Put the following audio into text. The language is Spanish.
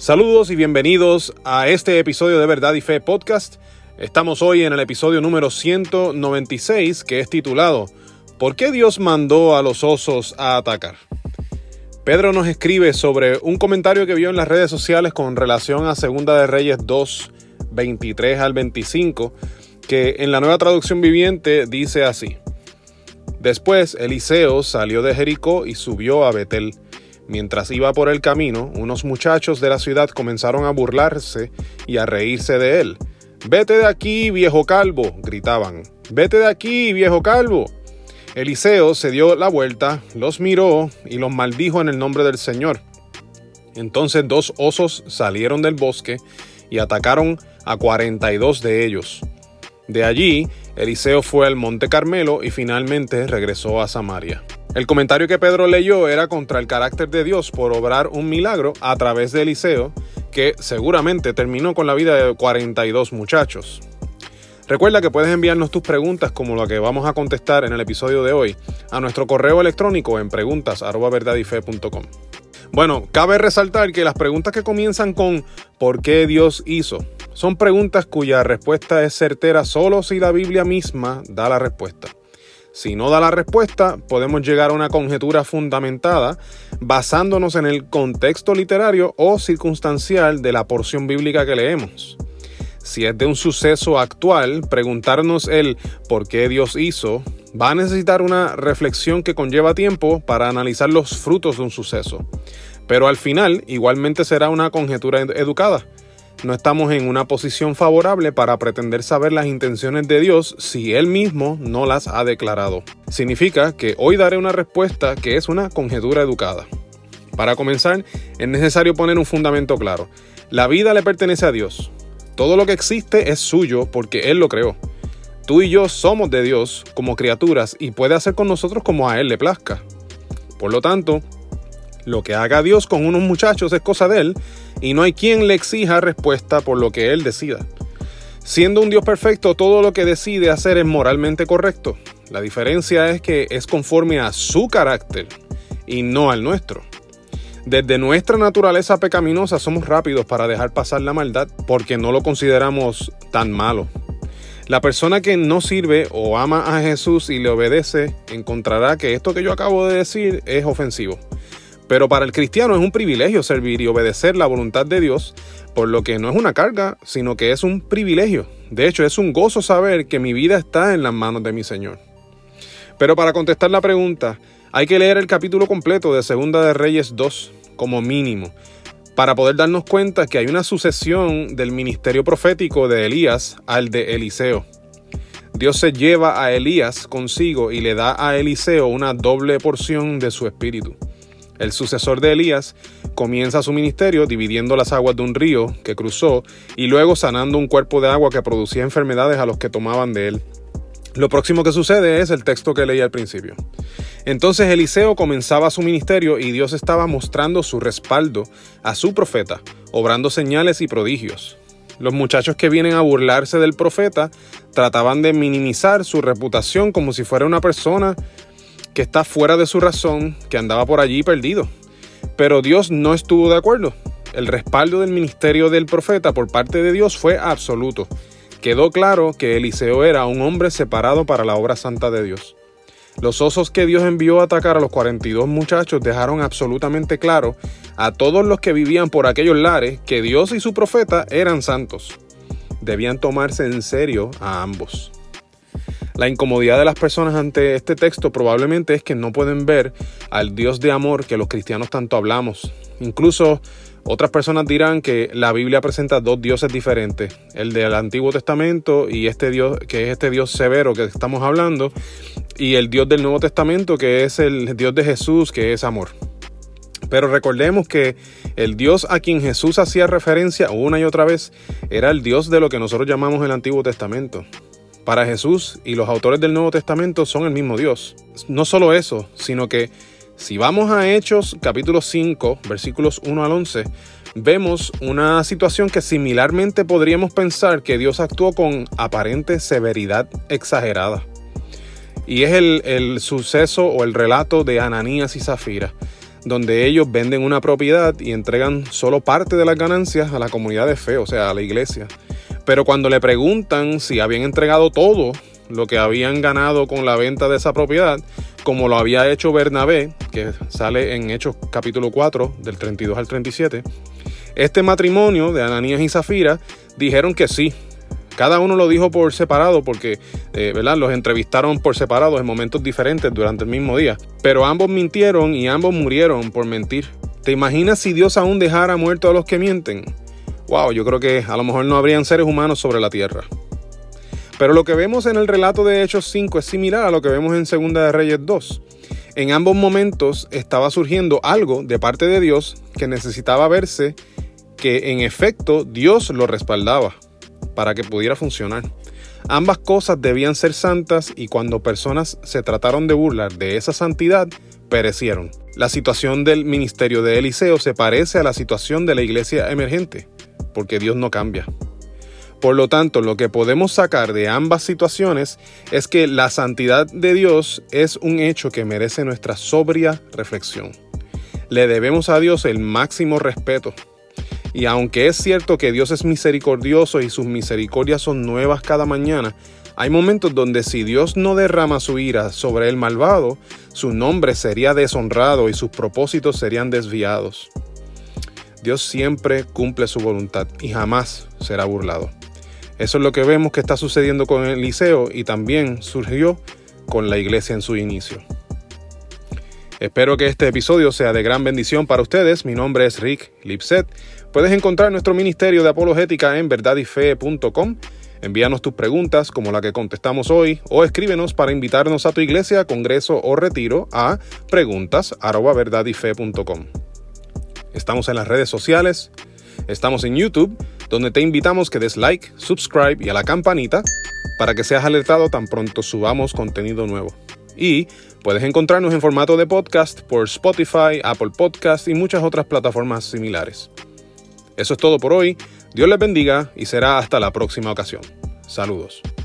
Saludos y bienvenidos a este episodio de Verdad y Fe Podcast. Estamos hoy en el episodio número 196, que es titulado ¿Por qué Dios mandó a los osos a atacar? Pedro nos escribe sobre un comentario que vio en las redes sociales con relación a Segunda de Reyes 2, 23 al 25, que en la Nueva Traducción Viviente dice así: Después Eliseo salió de Jericó y subió a Betel. Mientras iba por el camino, unos muchachos de la ciudad comenzaron a burlarse y a reírse de él. «¡Vete de aquí, viejo calvo!», gritaban. «¡Vete de aquí, viejo calvo!». Eliseo se dio la vuelta, los miró y los maldijo en el nombre del Señor. Entonces 2 osos salieron del bosque y atacaron a 42 de ellos. De allí, Eliseo fue al Monte Carmelo y finalmente regresó a Samaria. El comentario que Pedro leyó era contra el carácter de Dios por obrar un milagro a través de Eliseo, que seguramente terminó con la vida de 42 muchachos. Recuerda que puedes enviarnos tus preguntas, como la que vamos a contestar en el episodio de hoy, a nuestro correo electrónico en preguntas@verdadyfe.com. Bueno, cabe resaltar que las preguntas que comienzan con ¿por qué Dios hizo? Son preguntas cuya respuesta es certera solo si la Biblia misma da la respuesta. Si no da la respuesta, podemos llegar a una conjetura fundamentada basándonos en el contexto literario o circunstancial de la porción bíblica que leemos. Si es de un suceso actual, preguntarnos el ¿por qué Dios hizo? Va a necesitar una reflexión que conlleva tiempo para analizar los frutos de un suceso. Pero al final, igualmente será una conjetura educada. No estamos en una posición favorable para pretender saber las intenciones de Dios si Él mismo no las ha declarado. Significa que hoy daré una respuesta que es una conjetura educada. Para comenzar, es necesario poner un fundamento claro. La vida le pertenece a Dios. Todo lo que existe es suyo porque Él lo creó. Tú y yo somos de Dios como criaturas y puede hacer con nosotros como a Él le plazca. Por lo tanto, lo que haga Dios con unos muchachos es cosa de Él y no hay quien le exija respuesta por lo que Él decida. Siendo un Dios perfecto, todo lo que decide hacer es moralmente correcto. La diferencia es que es conforme a su carácter y no al nuestro. Desde nuestra naturaleza pecaminosa somos rápidos para dejar pasar la maldad porque no lo consideramos tan malo. La persona que no sirve o ama a Jesús y le obedece encontrará que esto que yo acabo de decir es ofensivo. Pero para el cristiano es un privilegio servir y obedecer la voluntad de Dios, por lo que no es una carga, sino que es un privilegio. De hecho, es un gozo saber que mi vida está en las manos de mi Señor. Pero para contestar la pregunta, hay que leer el capítulo completo de Segunda de Reyes 2, como mínimo, para poder darnos cuenta que hay una sucesión del ministerio profético de Elías al de Eliseo. Dios se lleva a Elías consigo y le da a Eliseo una doble porción de su espíritu. El sucesor de Elías comienza su ministerio dividiendo las aguas de un río que cruzó y luego sanando un cuerpo de agua que producía enfermedades a los que tomaban de él. Lo próximo que sucede es el texto que leí al principio. Entonces Eliseo comenzaba su ministerio y Dios estaba mostrando su respaldo a su profeta, obrando señales y prodigios. Los muchachos que vienen a burlarse del profeta trataban de minimizar su reputación como si fuera una persona que está fuera de su razón, que andaba por allí perdido. Pero Dios no estuvo de acuerdo. El respaldo del ministerio del profeta por parte de Dios fue absoluto. Quedó claro que Eliseo era un hombre separado para la obra santa de Dios. Los osos que Dios envió a atacar a los 42 muchachos dejaron absolutamente claro a todos los que vivían por aquellos lares que Dios y su profeta eran santos. Debían tomarse en serio a ambos. La incomodidad de las personas ante este texto probablemente es que no pueden ver al Dios de amor que los cristianos tanto hablamos. Incluso otras personas dirán que la Biblia presenta 2 dioses diferentes, el del Antiguo Testamento y este Dios, que es este Dios severo que estamos hablando, y el Dios del Nuevo Testamento, que es el Dios de Jesús, que es amor. Pero recordemos que el Dios a quien Jesús hacía referencia una y otra vez era el Dios de lo que nosotros llamamos el Antiguo Testamento. Para Jesús y los autores del Nuevo Testamento son el mismo Dios. No solo eso, sino que si vamos a Hechos capítulo 5, versículos 1 al 11, vemos una situación que similarmente podríamos pensar que Dios actuó con aparente severidad exagerada. Y es el suceso o el relato de Ananías y Zafira. donde ellos venden una propiedad y entregan solo parte de las ganancias a la comunidad de fe, o sea, a la iglesia. Pero cuando le preguntan si habían entregado todo lo que habían ganado con la venta de esa propiedad, como lo había hecho Bernabé, que sale en Hechos capítulo 4, del 32 al 37, este matrimonio de Ananías y Zafira dijeron que sí. Cada uno lo dijo por separado porque los entrevistaron por separado en momentos diferentes durante el mismo día. Pero ambos mintieron y ambos murieron por mentir. ¿Te imaginas si Dios aún dejara muertos a los que mienten? Wow, yo creo que a lo mejor no habrían seres humanos sobre la tierra. Pero lo que vemos en el relato de Hechos 5 es similar a lo que vemos en 2 de Reyes 2. En ambos momentos estaba surgiendo algo de parte de Dios que necesitaba verse que en efecto Dios lo respaldaba para que pudiera funcionar. Ambas cosas debían ser santas y cuando personas se trataron de burlar de esa santidad, perecieron. La situación del ministerio de Eliseo se parece a la situación de la iglesia emergente, porque Dios no cambia. Por lo tanto, lo que podemos sacar de ambas situaciones es que la santidad de Dios es un hecho que merece nuestra sobria reflexión. Le debemos a Dios el máximo respeto. Y aunque es cierto que Dios es misericordioso y sus misericordias son nuevas cada mañana, hay momentos donde si Dios no derrama su ira sobre el malvado, su nombre sería deshonrado y sus propósitos serían desviados. Dios siempre cumple su voluntad y jamás será burlado. Eso es lo que vemos que está sucediendo con Eliseo y también surgió con la iglesia en su inicio. Espero que este episodio sea de gran bendición para ustedes. Mi nombre es Rick Lipset. Puedes encontrar nuestro ministerio de apologética en verdadyfe.com. Envíanos tus preguntas como la que contestamos hoy o escríbenos para invitarnos a tu iglesia, congreso o retiro a preguntas@verdadyfe.com. Estamos en las redes sociales. Estamos en YouTube, donde te invitamos que des like, subscribe y a la campanita para que seas alertado tan pronto subamos contenido nuevo. Y puedes encontrarnos en formato de podcast por Spotify, Apple Podcast y muchas otras plataformas similares. Eso es todo por hoy. Dios les bendiga y será hasta la próxima ocasión. Saludos.